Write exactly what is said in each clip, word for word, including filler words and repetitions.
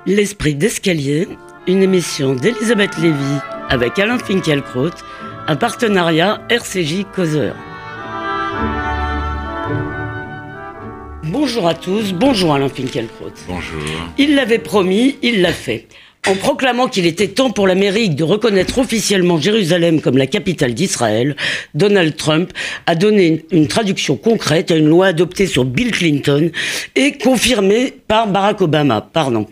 L'esprit d'escalier, une émission d'Elisabeth Lévy avec Alain Finkielkraut, un partenariat R C J Causeur. Bonjour à tous, bonjour Alain Finkielkraut. Bonjour. Il l'avait promis, il l'a fait. En proclamant qu'il était temps pour l'Amérique de reconnaître officiellement Jérusalem comme la capitale d'Israël, Donald Trump a donné une, une traduction concrète à une loi adoptée sur Bill Clinton et confirmée par Barack Obama. Pardon.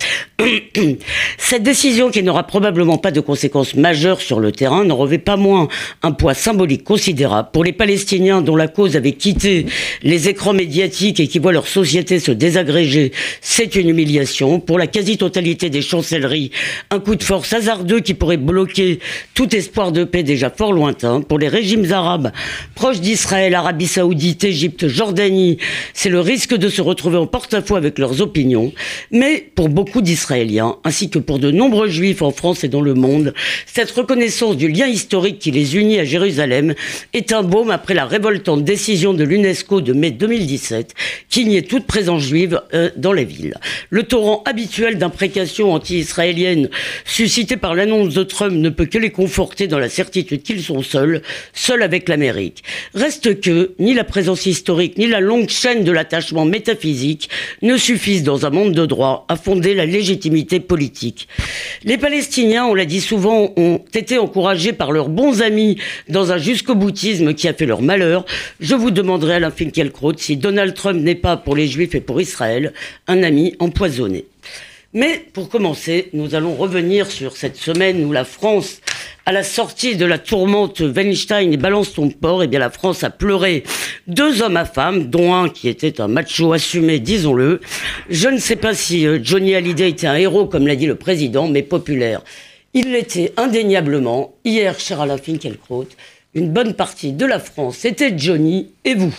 Cette décision, qui n'aura probablement pas de conséquences majeures sur le terrain, n'en revêt pas moins un poids symbolique considérable pour les Palestiniens dont la cause avait quitté les écrans médiatiques et qui voient leur société se désagréger. C'est une humiliation. Pour la quasi-totalité des chancelleries, un coup de force hasardeux qui pourrait bloquer tout espoir de paix déjà fort lointain. Pour les régimes arabes proches d'Israël, Arabie Saoudite, Égypte, Jordanie, c'est le risque de se retrouver en porte-à-faux avec leurs opinions. Mais pour beaucoup d'Israéliens, ainsi que pour de nombreux juifs en France et dans le monde, cette reconnaissance du lien historique qui les unit à Jérusalem est un baume après la révoltante décision de l'UNESCO de mai deux mille dix-sept qui niait toute présence juive euh, dans les villes. Le torrent habituel d'imprécations anti-israéliennes suscité par l'annonce de Trump ne peut que les conforter dans la certitude qu'ils sont seuls, seuls avec l'Amérique. Reste que ni la présence historique ni la longue chaîne de l'attachement métaphysique ne suffisent dans un monde de droit à fonder la légitimité politique. Les Palestiniens, on l'a dit souvent, ont été encouragés par leurs bons amis dans un jusqu'au boutisme qui a fait leur malheur. Je vous demanderai, Alain Finkielkraut, si Donald Trump n'est pas pour les Juifs et pour Israël un ami empoisonné. Mais pour commencer, nous allons revenir sur cette semaine où la France, à la sortie de la tourmente Weinstein et Balance ton porc, eh bien la France a pleuré deux hommes à femmes, dont un qui était un macho assumé, disons-le. Je ne sais pas si Johnny Hallyday était un héros, comme l'a dit le président, mais populaire. Il l'était indéniablement. Hier, cher Alain Finkielkraut, une bonne partie de la France était Johnny, et vous?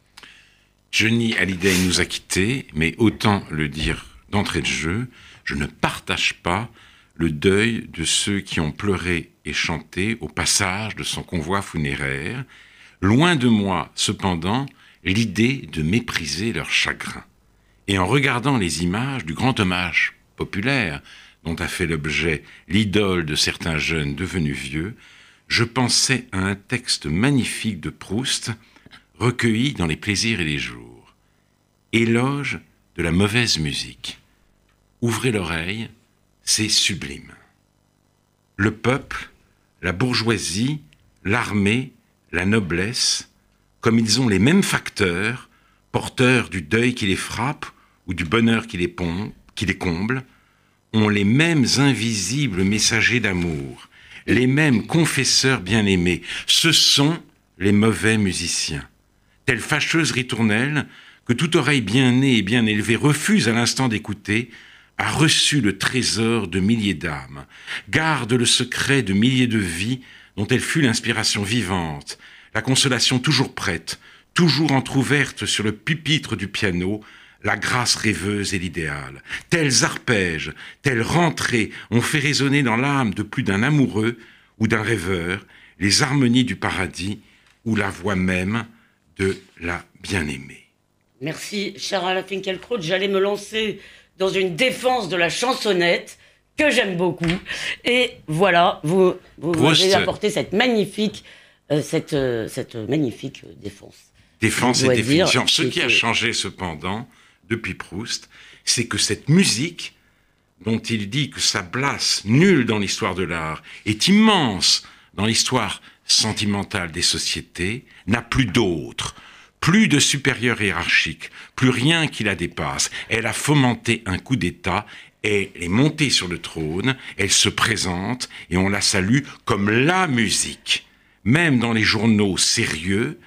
Johnny Hallyday nous a quittés, mais autant le dire d'entrée de jeu, je ne partage pas le deuil de ceux qui ont pleuré et chanté au passage de son convoi funéraire. Loin de moi, cependant, l'idée de mépriser leur chagrin. Et en regardant les images du grand hommage populaire dont a fait l'objet l'idole de certains jeunes devenus vieux, je pensais à un texte magnifique de Proust, recueilli dans Les plaisirs et les jours. Éloge de la mauvaise musique. Ouvrez l'oreille, c'est sublime. Le peuple, la bourgeoisie, l'armée, la noblesse, comme ils ont les mêmes facteurs, porteurs du deuil qui les frappe ou du bonheur qui les, pom- qui les comble, ont les mêmes invisibles messagers d'amour, les mêmes confesseurs bien-aimés. Ce sont les mauvais musiciens. Telle fâcheuse ritournelle que toute oreille bien née et bien élevée refuse à l'instant d'écouter, a reçu le trésor de milliers d'âmes, garde le secret de milliers de vies dont elle fut l'inspiration vivante, la consolation toujours prête, toujours entr'ouverte sur le pupitre du piano, la grâce rêveuse et l'idéal. Tels arpèges, telles rentrées ont fait résonner dans l'âme de plus d'un amoureux ou d'un rêveur les harmonies du paradis ou la voix même de la bien-aimée. Merci, cher Alain Finkielkraut. J'allais me lancer dans une défense de la chansonnette que j'aime beaucoup. Et voilà, vous, vous Proust, avez apporté cette magnifique, euh, cette, euh, cette magnifique défense. Défense et définition. Dire, Ce qui a changé cependant depuis Proust, c'est que cette musique, dont il dit que sa place nulle dans l'histoire de l'art est immense dans l'histoire sentimentale des sociétés, n'a plus d'autre. Plus de supérieur hiérarchique, plus rien qui la dépasse. Elle a fomenté un coup d'État, elle est montée sur le trône, elle se présente et on la salue comme la musique. Même dans les journaux sérieux,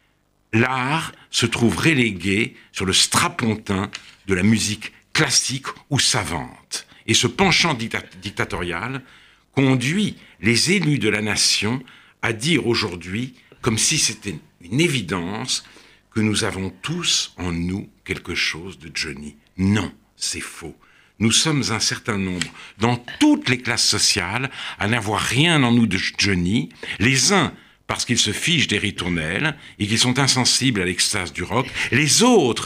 l'art se trouve relégué sur le strapontin de la musique classique ou savante. Et ce penchant dicta- dictatorial conduit les élus de la nation à dire aujourd'hui, comme si c'était une évidence, que nous avons tous en nous quelque chose de Johnny. Non, c'est faux. Nous sommes un certain nombre, dans toutes les classes sociales, à n'avoir rien en nous de Johnny. Les uns, parce qu'ils se fichent des ritournelles et qu'ils sont insensibles à l'extase du rock. Les autres,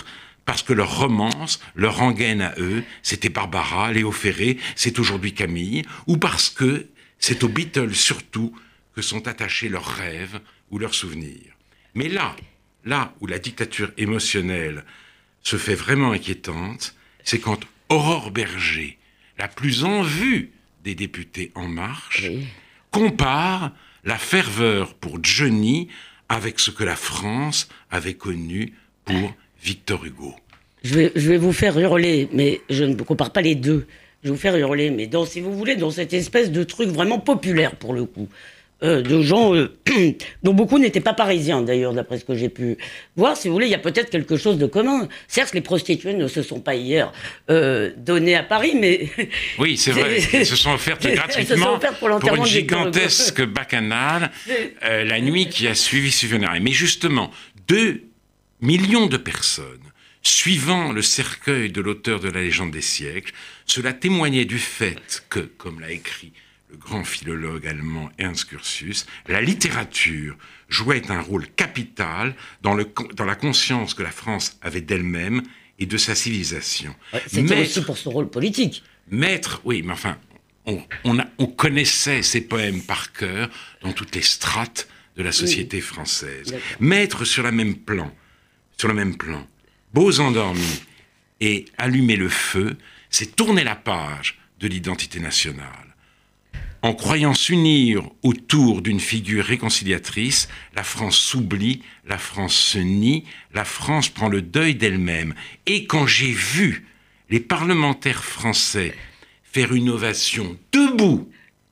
parce que leur romance, leur rengaine à eux, c'était Barbara, Léo Ferré, c'est aujourd'hui Camille, ou parce que c'est aux Beatles surtout que sont attachés leurs rêves ou leurs souvenirs. Mais là, là où la dictature émotionnelle se fait vraiment inquiétante, c'est quand Aurore Berger, la plus en vue des députés En Marche, oui. compare la ferveur pour Johnny avec ce que la France avait connu pour Victor Hugo. Je vais, je vais vous faire hurler, mais je ne compare pas les deux. Je vais vous faire hurler, mais dans, si vous voulez, dans cette espèce de truc vraiment populaire, pour le coup, euh, de gens euh, dont beaucoup n'étaient pas parisiens, d'ailleurs, d'après ce que j'ai pu voir. Si vous voulez, il y a peut-être quelque chose de commun. Certes, les prostituées ne se sont pas hier euh, données à Paris, mais... Oui, c'est vrai, elles se sont offertes gratuitement se sont offertes pour, pour une gigantesque bacchanale euh, la nuit qui a suivi Suvenari. Mais justement, deux millions de personnes suivant le cercueil de l'auteur de la légende des siècles, cela témoignait du fait que, comme l'a écrit le grand philologue allemand Ernst Curtius, la littérature jouait un rôle capital dans, le, dans la conscience que la France avait d'elle-même et de sa civilisation. Ouais, c'était Maître, aussi pour son rôle politique. Maître, oui, mais enfin, on, on, a, on connaissait ces poèmes par cœur dans toutes les strates de la société oui. française. Maître sur, la même plan, sur le même plan, Beaux endormis et Allumer le feu, c'est tourner la page de l'identité nationale. En croyant s'unir autour d'une figure réconciliatrice, la France s'oublie, la France se nie, la France prend le deuil d'elle-même. Et quand j'ai vu les parlementaires français faire une ovation debout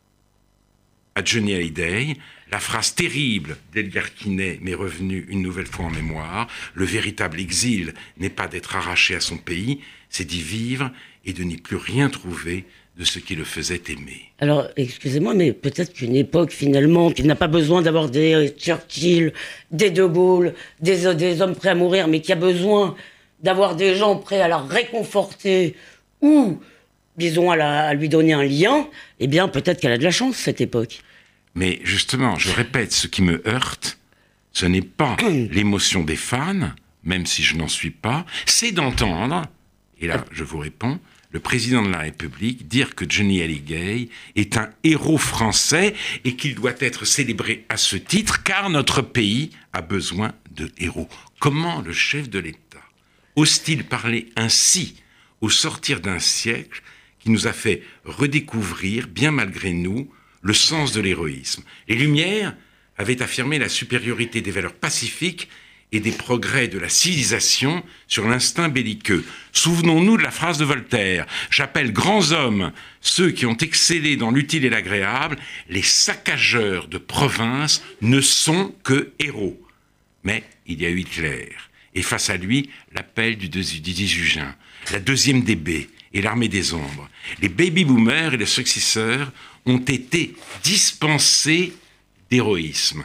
à Johnny Hallyday, la phrase terrible d'Edgar Quinet m'est revenue une nouvelle fois en mémoire. Le véritable exil n'est pas d'être arraché à son pays, c'est d'y vivre et de n'y plus rien trouver de ce qui le faisait aimer. Alors, excusez-moi, mais peut-être qu'une époque, finalement, qui n'a pas besoin d'avoir des Churchill, des De Gaulle, des, des hommes prêts à mourir, mais qui a besoin d'avoir des gens prêts à la réconforter ou, disons, à, la, à lui donner un lien, eh bien, peut-être qu'elle a de la chance, cette époque. Mais justement, je répète, ce qui me heurte, ce n'est pas l'émotion des fans, même si je n'en suis pas, c'est d'entendre, et là je vous réponds, le président de la République dire que Johnny Hallyday est un héros français et qu'il doit être célébré à ce titre, car notre pays a besoin de héros. Comment le chef de l'État ose-t-il parler ainsi au sortir d'un siècle qui nous a fait redécouvrir, bien malgré nous, le sens de l'héroïsme. Les Lumières avaient affirmé la supériorité des valeurs pacifiques et des progrès de la civilisation sur l'instinct belliqueux. Souvenons-nous de la phrase de Voltaire « J'appelle grands hommes ceux qui ont excellé dans l'utile et l'agréable, les saccageurs de province ne sont que héros. » Mais il y a eu Hitler, et face à lui, l'appel du dix-huit juin, la deuxième D B et l'armée des ombres. Les baby-boomers et les successeurs ont été dispensés d'héroïsme.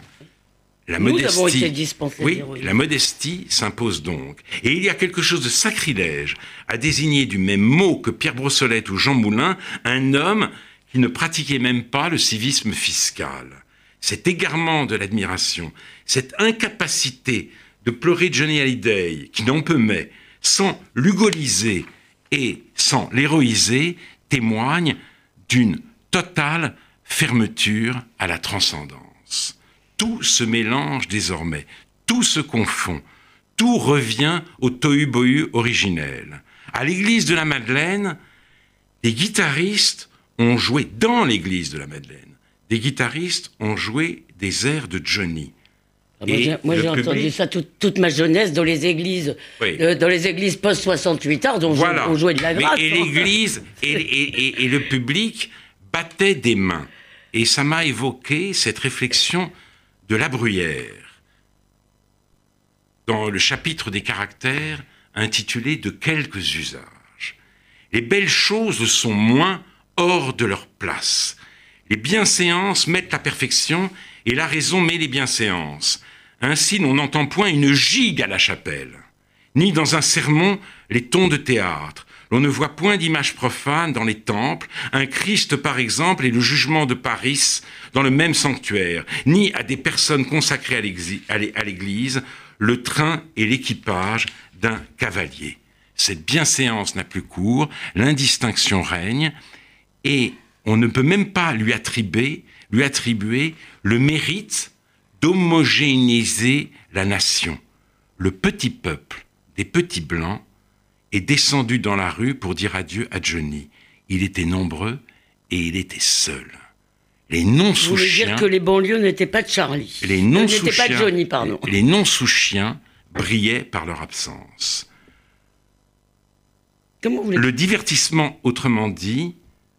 La Nous modestie, avons été dispensés oui, d'héroïsme. La modestie s'impose donc. Et il y a quelque chose de sacrilège à désigner du même mot que Pierre Brossolette ou Jean Moulin un homme qui ne pratiquait même pas le civisme fiscal. Cet égarement de l'admiration, cette incapacité de pleurer Johnny Hallyday, qui n'en peut mais, sans l'hugoliser et sans l'héroïser, témoigne d'une totale fermeture à la transcendance. Tout se mélange désormais, tout se confond, tout revient au tohu-bohu originel. À l'église de la Madeleine, des guitaristes ont joué dans l'église de la Madeleine. Des guitaristes ont joué des airs de Johnny. Ah, moi, j'ai, moi, j'ai public... entendu ça toute, toute ma jeunesse dans les églises, oui. euh, dans les églises post soixante-huit arts, dont voilà. on jouait de la grâce. Mais, et l'église et, et, et, et le public battaient des mains. Et ça m'a évoqué cette réflexion de La Bruyère, dans le chapitre des caractères intitulé « De quelques usages ». Les belles choses sont moins hors de leur place. Les bienséances mettent la perfection et la raison met les bienséances. Ainsi, l'on n'entend point une gigue à la chapelle, ni dans un sermon les tons de théâtre. L'on ne voit point d'images profanes dans les temples, un Christ par exemple et le jugement de Paris dans le même sanctuaire, ni à des personnes consacrées à l'église, le train et l'équipage d'un cavalier. cette bienséance n'a plus cours, l'indistinction règne, et on ne peut même pas lui attribuer, lui attribuer le mérite d'homogénéiser la nation. Le petit peuple des petits blancs est descendu dans la rue pour dire adieu à Johnny. Il était nombreux et il était seul. Les non-sous-chiens... Vous voulez dire que les banlieues n'étaient pas de Charlie. Les non-sous-chiens... N'étaient pas de Johnny, pardon. Les, les non-sous-chiens brillaient par leur absence. Comment vous voulez... Le divertissement, autrement dit,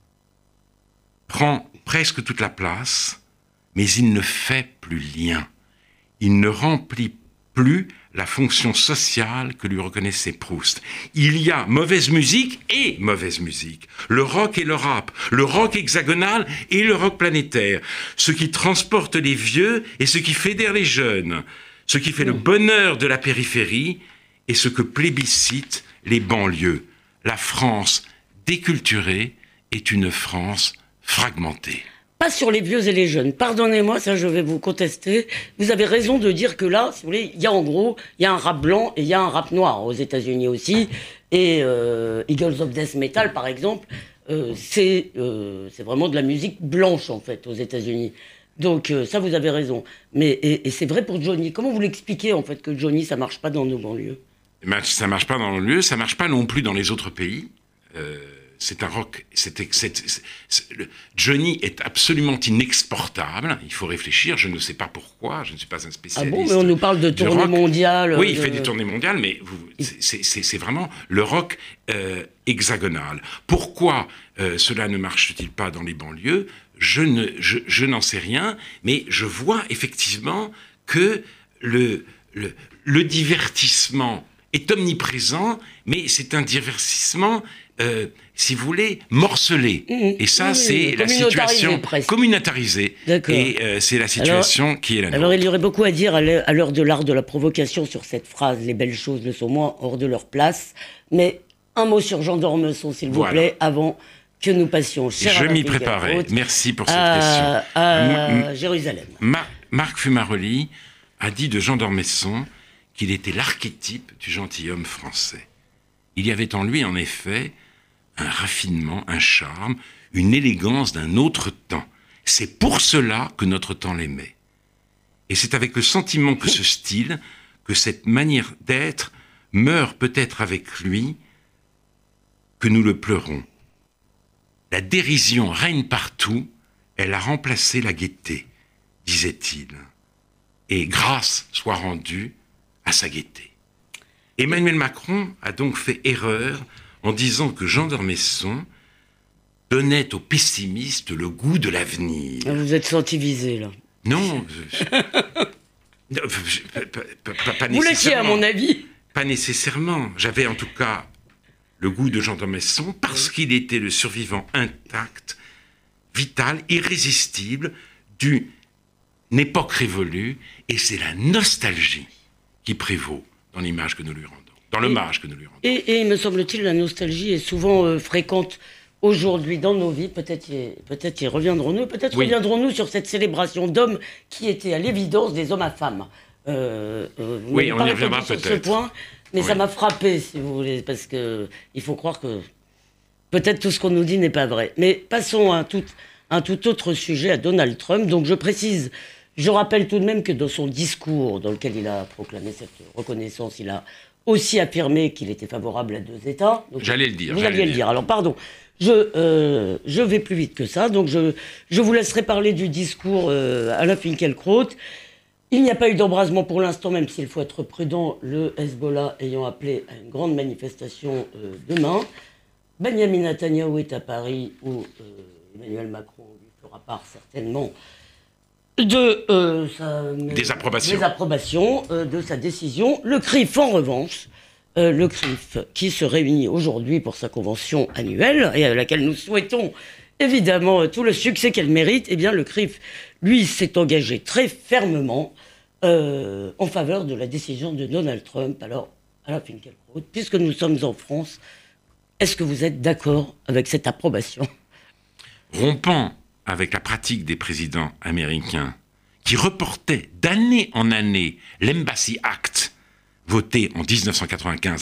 prend presque toute la place, mais il ne fait plus lien. Il ne remplit plus la fonction sociale que lui reconnaissait Proust. Il y a mauvaise musique et mauvaise musique. Le rock et le rap, le rock hexagonal et le rock planétaire. Ce qui transporte les vieux et ce qui fédère les jeunes. Ce qui fait le bonheur de la périphérie et ce que plébiscitent les banlieues. La France déculturée est une France fragmentée. Pas sur les vieux et les jeunes. Pardonnez-moi, ça je vais vous contester. Vous avez raison de dire que là, si vous voulez, il y a en gros, il y a un rap blanc et il y a un rap noir aux États-Unis aussi. Et euh, Eagles of Death Metal, par exemple, euh, c'est euh, c'est vraiment de la musique blanche en fait aux États-Unis. Donc euh, ça, vous avez raison. Mais et, et c'est vrai pour Johnny. Comment vous l'expliquez en fait que Johnny, ça marche pas dans nos banlieues? Ben, ça marche pas dans nos lieux, ça marche pas non plus dans les autres pays. Euh... C'est un rock. C'est, c'est, c'est, c'est, le, Johnny est absolument inexportable. Il faut réfléchir. Je ne sais pas pourquoi. Je ne suis pas un spécialiste. Ah bon, mais on nous parle de tournée mondiale. Oui, il de... fait des tournées mondiales, mais vous, c'est, c'est, c'est vraiment le rock euh, hexagonal. Pourquoi euh, cela ne marche-t-il pas dans les banlieues? Je ne, je, je n'en sais rien, mais je vois effectivement que le, le, le divertissement est omniprésent, mais c'est un divertissement. Euh, si vous voulez, morcelé. Mmh, et ça, oui, c'est la situation presque. communautarisée. D'accord. Et euh, c'est la situation alors, qui est la nôtre. Alors, il y aurait beaucoup à dire à l'heure de l'art de la provocation sur cette phrase « Les belles choses ne sont moins hors de leur place ». Mais un mot sur Jean d'Ormesson, s'il vous voilà. plaît, avant que nous passions. Je m'y préparais. Haute, Merci pour cette à, question. À M- Jérusalem. Ma- Marc Fumaroli a dit de Jean d'Ormesson qu'il était l'archétype du gentilhomme français. Il y avait en lui, en effet, un raffinement, un charme, une élégance d'un autre temps. C'est pour cela que notre temps l'aimait. Et c'est avec le sentiment que ce style, que cette manière d'être meurt peut-être avec lui, que nous le pleurons. La dérision règne partout, elle a remplacé la gaieté, disait-il. Et grâce soit rendue à sa gaieté. Emmanuel Macron a donc fait erreur en disant que Jean d'Ormesson donnait aux pessimistes le goût de l'avenir. Vous êtes senti visé, là. Non. Je, non je, pas, pas, pas Vous l'étiez, à mon avis. Pas nécessairement. J'avais en tout cas le goût de Jean d'Ormesson parce qu'il était le survivant intact, vital, irrésistible d'une époque révolue. Et c'est la nostalgie qui prévaut dans l'image que nous lui rendons, dans l'hommage que nous lui rendons. Et, et me semble-t-il, la nostalgie est souvent euh, fréquente aujourd'hui dans nos vies. Peut-être y, peut-être y reviendrons-nous, peut-être oui. reviendrons-nous sur cette célébration d'hommes qui était à l'évidence des hommes à femmes. Euh, euh, vous oui, on y reviendra sur peut-être. Ce point, mais oui. ça m'a frappé, si vous voulez, parce que il faut croire que peut-être tout ce qu'on nous dit n'est pas vrai. Mais passons à un tout, un tout autre sujet, à Donald Trump. Donc je précise. Je rappelle tout de même que dans son discours dans lequel il a proclamé cette reconnaissance, il a aussi affirmé qu'il était favorable à deux États. Donc, j'allais le dire. Vous alliez le dire. dire. Alors pardon, je, euh, je vais plus vite que ça. Donc je, je vous laisserai parler du discours euh, Alain Finkielkraut. Il n'y a pas eu d'embrasement pour l'instant, même s'il faut être prudent, le Hezbollah ayant appelé à une grande manifestation euh, demain. Benjamin Netanyahou est à Paris où euh, Emmanuel Macron lui fera part certainement de euh, sa des approbations, des approbations euh, de sa décision. Le C R I F, en revanche, euh, le C R I F qui se réunit aujourd'hui pour sa convention annuelle et à laquelle nous souhaitons évidemment euh, tout le succès qu'elle mérite, eh bien le C R I F, lui, s'est engagé très fermement euh, en faveur de la décision de Donald Trump. Alors, Alain Finkielkraut, puisque nous sommes en France, est-ce que vous êtes d'accord avec cette approbation? Rompant avec la pratique des présidents américains qui reportaient d'année en année l'Embassy Act, voté en dix-neuf cent quatre-vingt-quinze par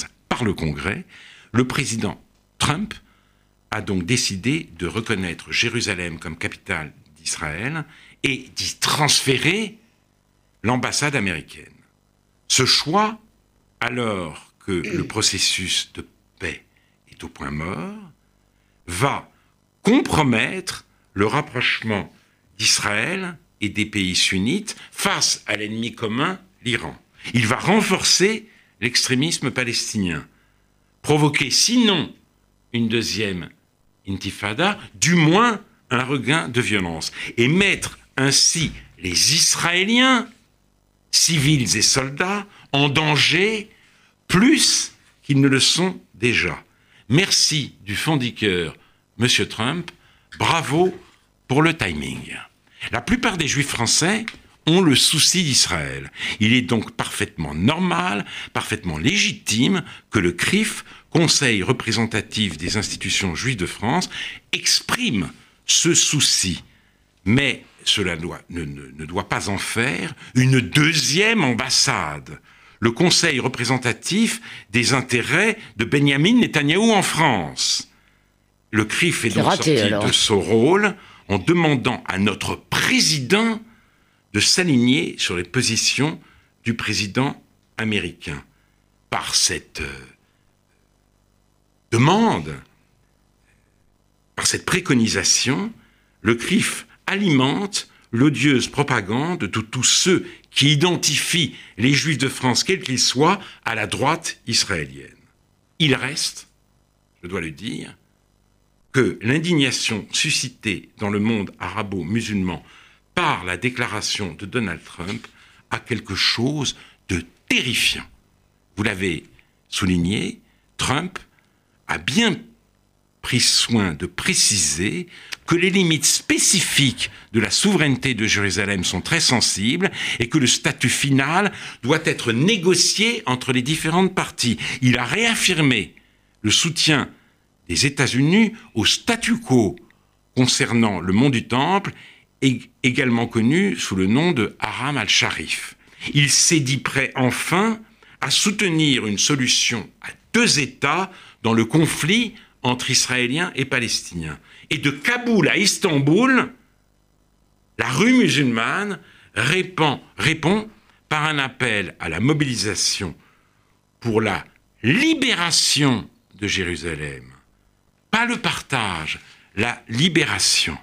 par le Congrès, le président Trump a donc décidé de reconnaître Jérusalem comme capitale d'Israël et d'y transférer l'ambassade américaine. Ce choix, alors que le processus de paix est au point mort, va compromettre le rapprochement d'Israël et des pays sunnites face à l'ennemi commun, l'Iran. Il va renforcer l'extrémisme palestinien, provoquer sinon une deuxième intifada, du moins un regain de violence, et mettre ainsi les Israéliens, civils et soldats, en danger plus qu'ils ne le sont déjà. Merci du fond du cœur, Monsieur Trump, bravo pour le timing. La plupart des Juifs français ont le souci d'Israël. Il est donc parfaitement normal, parfaitement légitime que le C R I F, Conseil représentatif des institutions juives de France, exprime ce souci. Mais cela doit, ne, ne, ne doit pas en faire une deuxième ambassade. Le Conseil représentatif des intérêts de Benyamin Netanyahou en France. Le C R I F est, est donc raté, sorti alors. de son rôle en demandant à notre président de s'aligner sur les positions du président américain. Par cette euh, demande, par cette préconisation, le C R I F alimente l'odieuse propagande de tous ceux qui identifient les Juifs de France, quels qu'ils soient, à la droite israélienne. Il reste, je dois le dire, que l'indignation suscitée dans le monde arabo-musulman par la déclaration de Donald Trump a quelque chose de terrifiant. Vous l'avez souligné, Trump a bien pris soin de préciser que les limites spécifiques de la souveraineté de Jérusalem sont très sensibles et que le statut final doit être négocié entre les différentes parties. Il a réaffirmé le soutien des États-Unis au statu quo concernant le mont du Temple, également connu sous le nom de Haram al-Sharif. Il s'est dit prêt enfin à soutenir une solution à deux États dans le conflit entre Israéliens et Palestiniens. Et de Kaboul à Istanbul, la rue musulmane répond, répond par un appel à la mobilisation pour la libération de Jérusalem. Pas le partage, la libération.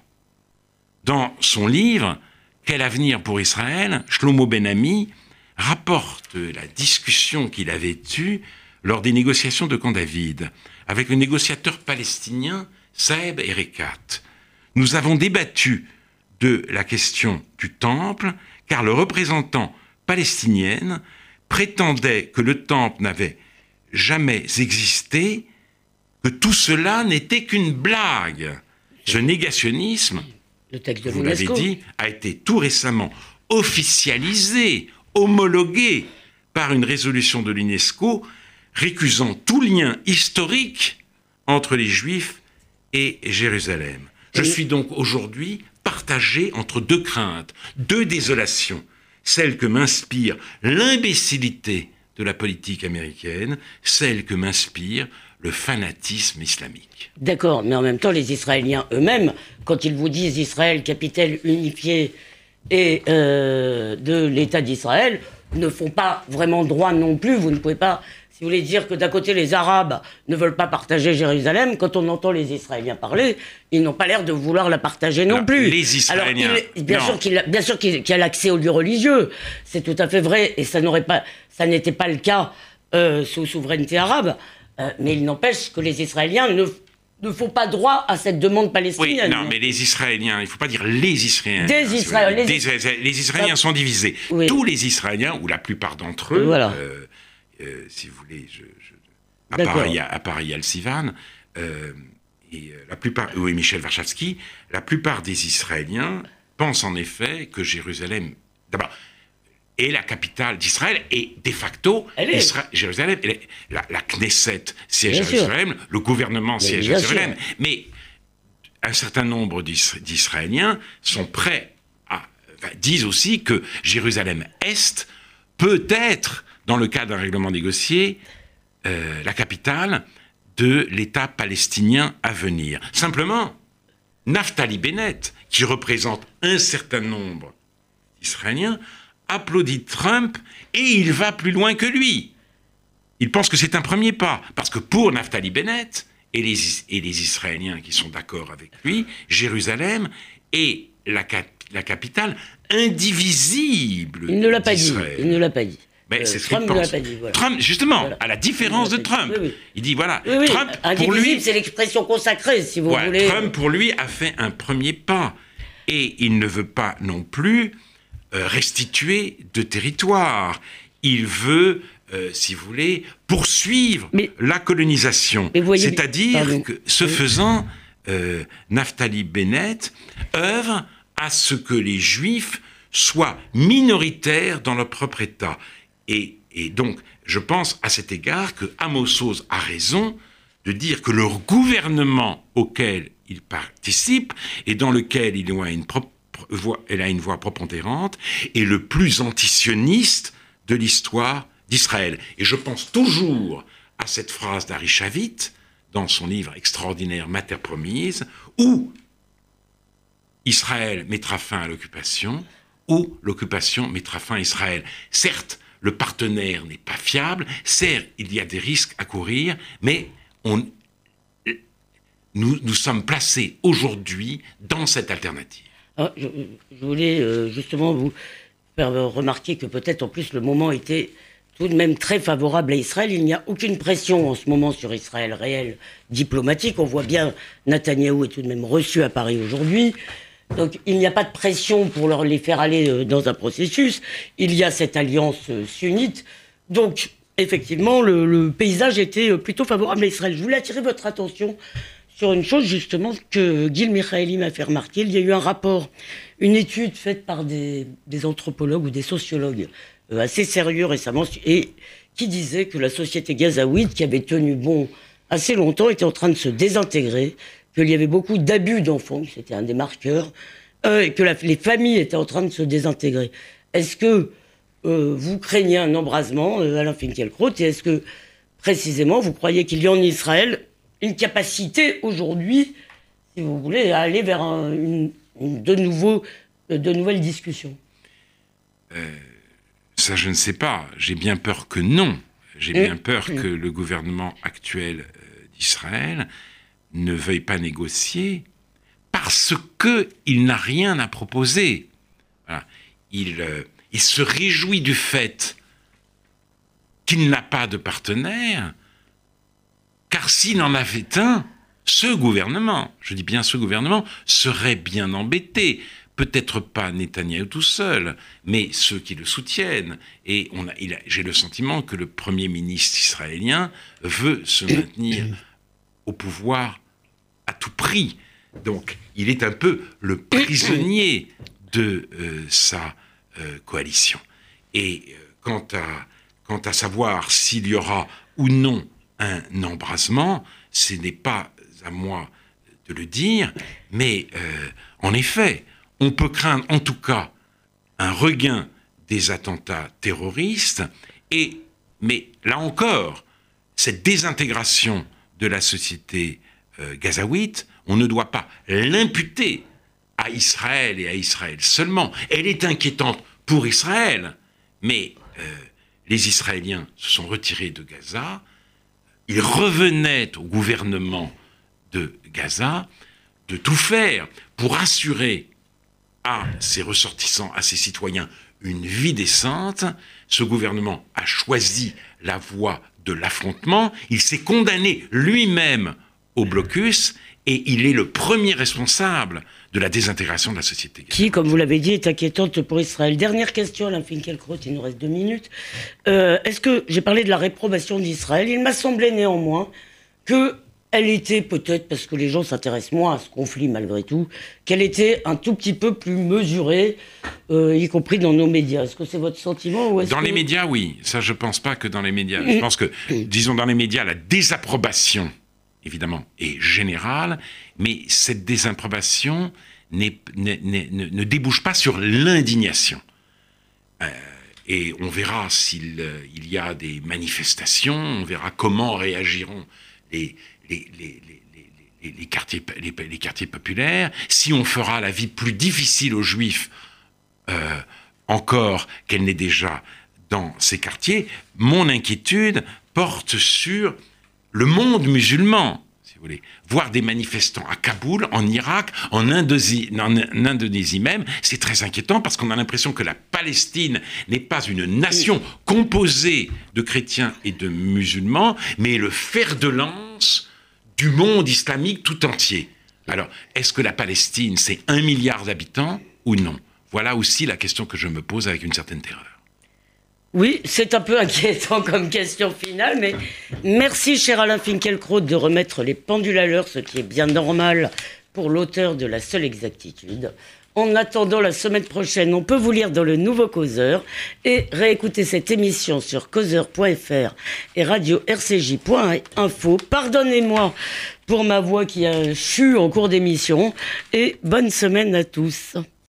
Dans son livre « Quel avenir pour Israël ?», Shlomo Ben-Ami rapporte la discussion qu'il avait eue lors des négociations de Camp David avec le négociateur palestinien Saeb Erekat. Nous avons débattu de la question du temple car le représentant palestinien prétendait que le temple n'avait jamais existé, que tout cela n'était qu'une blague. Ce négationnisme, le texte de vous l'avez dit, a été tout récemment officialisé, homologué par une résolution de l'UNESCO récusant tout lien historique entre les Juifs et Jérusalem. Je suis donc aujourd'hui partagé entre deux craintes, deux désolations, celle que m'inspire l'imbécilité de la politique américaine, celle que m'inspire le fanatisme islamique. D'accord, mais en même temps, les Israéliens eux-mêmes, quand ils vous disent Israël, capitale unifiée et euh, de l'État d'Israël, ne font pas vraiment droit non plus. Vous ne pouvez pas, si vous voulez dire que d'un côté les Arabes ne veulent pas partager Jérusalem, quand on entend les Israéliens parler, ils n'ont pas l'air de vouloir la partager non Alors, plus. Les Israéliens... Alors, il, bien, sûr qu'il, bien sûr qu'il y a l'accès aux lieux religieux, c'est tout à fait vrai, et ça, n'aurait pas, ça n'était pas le cas euh, sous souveraineté arabe. Euh, mais il n'empêche que les Israéliens ne, ne font pas droit à cette demande palestinienne. Oui, non, mais les Israéliens, il ne faut pas dire les Israéliens. Des Israéliens. Les, des, les Israéliens sont divisés. Oui. Tous les Israéliens, ou la plupart d'entre eux, voilà. euh, euh, si vous voulez, je, je, à, Paris, à Paris, Al-Sivan, euh, et la plupart, oui, Michel Warshawski, la plupart des Israéliens pensent en effet que Jérusalem, d'abord, est la capitale d'Israël, et de facto, Isra- Jérusalem, la, la Knesset siège à Jérusalem, le gouvernement mais siège à Jérusalem. Sûr. Mais un certain nombre d'Isra- d'Israéliens sont prêts à... Enfin, disent aussi que Jérusalem-Est peut être, dans le cas d'un règlement négocié, euh, la capitale de l'État palestinien à venir. Simplement, Naftali Bennett, qui représente un certain nombre d'Israéliens, applaudit Trump et il va plus loin que lui. Il pense que c'est un premier pas, parce que pour Naftali Bennett et les, et les Israéliens qui sont d'accord avec lui, Jérusalem est la, la capitale indivisible d'Israël. Il ne l'a pas dit. Il ne l'a pas dit. Mais euh, c'est ce qu'il Trump pense. ne l'a pas dit. Voilà. Trump, justement, voilà. à la différence de Trump, oui, oui. il dit voilà, oui, oui. Trump pour lui, c'est l'expression consacrée, si vous ouais, voulez. Trump pour lui a fait un premier pas et il ne veut pas non plus euh, restituer de territoire. Il veut, euh, si vous voulez, poursuivre mais, la colonisation. C'est-à-dire que, ce oui. faisant, euh, Naftali Bennett œuvre à ce que les Juifs soient minoritaires dans leur propre État. Et, et donc, je pense à cet égard que Amos Oz a raison de dire que leur gouvernement auquel il participe et dans lequel il a une, propre voix, elle a une voix prépondérante est le plus antisioniste de l'histoire d'Israël. Et je pense toujours à cette phrase d'Ari Shavit dans son livre extraordinaire Mater Promise, où Israël mettra fin à l'occupation, où l'occupation mettra fin à Israël. Certes, le partenaire n'est pas fiable, certes, il y a des risques à courir, mais on, nous, nous sommes placés aujourd'hui dans cette alternative. Alors, je, je voulais euh, justement vous faire remarquer que peut-être en plus le moment était tout de même très favorable à Israël. Il n'y a aucune pression en ce moment sur Israël réelle diplomatique. On voit bien Netanyahou est tout de même reçu à Paris aujourd'hui. Donc il n'y a pas de pression pour leur les faire aller dans un processus. Il y a cette alliance sunnite. Donc effectivement, le, le paysage était plutôt favorable à Israël. Je voulais attirer votre attention sur une chose justement que Gil Michaeli m'a fait remarquer. Il y a eu un rapport, une étude faite par des, des anthropologues ou des sociologues euh, assez sérieux récemment et qui disait que la société gazaouite, qui avait tenu bon assez longtemps, était en train de se désintégrer, qu'il y avait beaucoup d'abus d'enfants, que c'était un des marqueurs, euh, et que la, les familles étaient en train de se désintégrer. Est-ce que euh, vous craignez un embrasement, euh, Alain Finkielkraut, et est-ce que, précisément, vous croyez qu'il y a en Israël une capacité, aujourd'hui, si vous voulez, à aller vers un, une, une, de, nouveaux, de nouvelles discussions euh, Ça, je ne sais pas. J'ai bien peur que non. J'ai mmh. bien peur mmh. que le gouvernement actuel euh, d'Israël ne veuille pas négocier parce qu'il n'a rien à proposer. Voilà. Il, euh, il se réjouit du fait qu'il n'a pas de partenaire, car s'il en avait un, ce gouvernement, je dis bien ce gouvernement, serait bien embêté. Peut-être pas Netanyahou tout seul, mais ceux qui le soutiennent. Et on a, il a, j'ai le sentiment que le Premier ministre israélien veut se maintenir au pouvoir à tout prix. Donc, il est un peu le prisonnier de euh, sa euh, coalition. Et euh, quant, à, quant à savoir s'il y aura ou non un embrasement, ce n'est pas à moi de le dire, mais euh, en effet, on peut craindre en tout cas un regain des attentats terroristes, et, mais là encore, cette désintégration de la société euh, gazaouite, on ne doit pas l'imputer à Israël et à Israël seulement. Elle est inquiétante pour Israël, mais euh, les Israéliens se sont retirés de Gaza, ils revenaient au gouvernement de Gaza de tout faire pour assurer à ses ressortissants, à ses citoyens, une vie décente. Ce gouvernement a choisi la voie de l'affrontement. Il s'est condamné lui-même au blocus et il est le premier responsable de la désintégration de la société. Qui, comme vous l'avez dit, est inquiétante pour Israël. Dernière question, Alain Finkielkraut, il nous reste deux minutes. Euh, est-ce que, j'ai parlé de la réprobation d'Israël, il m'a semblé néanmoins que elle était peut-être, parce que les gens s'intéressent moins à ce conflit malgré tout, qu'elle était un tout petit peu plus mesurée, euh, y compris dans nos médias. Est-ce que c'est votre sentiment ou est-ce Dans que... les médias, oui. Ça, je ne pense pas que dans les médias. Je pense que, disons, dans les médias, la désapprobation, évidemment, est générale, mais cette désapprobation n'est, n'est, n'est, ne, ne débouche pas sur l'indignation. Euh, et on verra s'il euh, il y a des manifestations, on verra comment réagiront les, les, les, les, les, les, quartiers, les, les quartiers populaires, si on fera la vie plus difficile aux Juifs euh, encore qu'elle n'est déjà dans ces quartiers. Mon inquiétude porte sur le monde musulman, si vous voulez. Voir des manifestants à Kaboul, en Irak, en Indonésie, en Indonésie même, c'est très inquiétant parce qu'on a l'impression que la Palestine n'est pas une nation composée de chrétiens et de musulmans, mais le fer de lance du monde islamique tout entier. Alors, est-ce que la Palestine, c'est un milliard d'habitants ou non? Voilà aussi la question que je me pose avec une certaine terreur. Oui, c'est un peu inquiétant comme question finale, mais merci, cher Alain Finkielkraut, de remettre les pendules à l'heure, ce qui est bien normal pour l'auteur de La Seule Exactitude. En attendant la semaine prochaine, on peut vous lire dans le Nouveau Causeur et réécouter cette émission sur causeur point f r et radio r c j point info. Pardonnez-moi pour ma voix qui a chu en cours d'émission et bonne semaine à tous.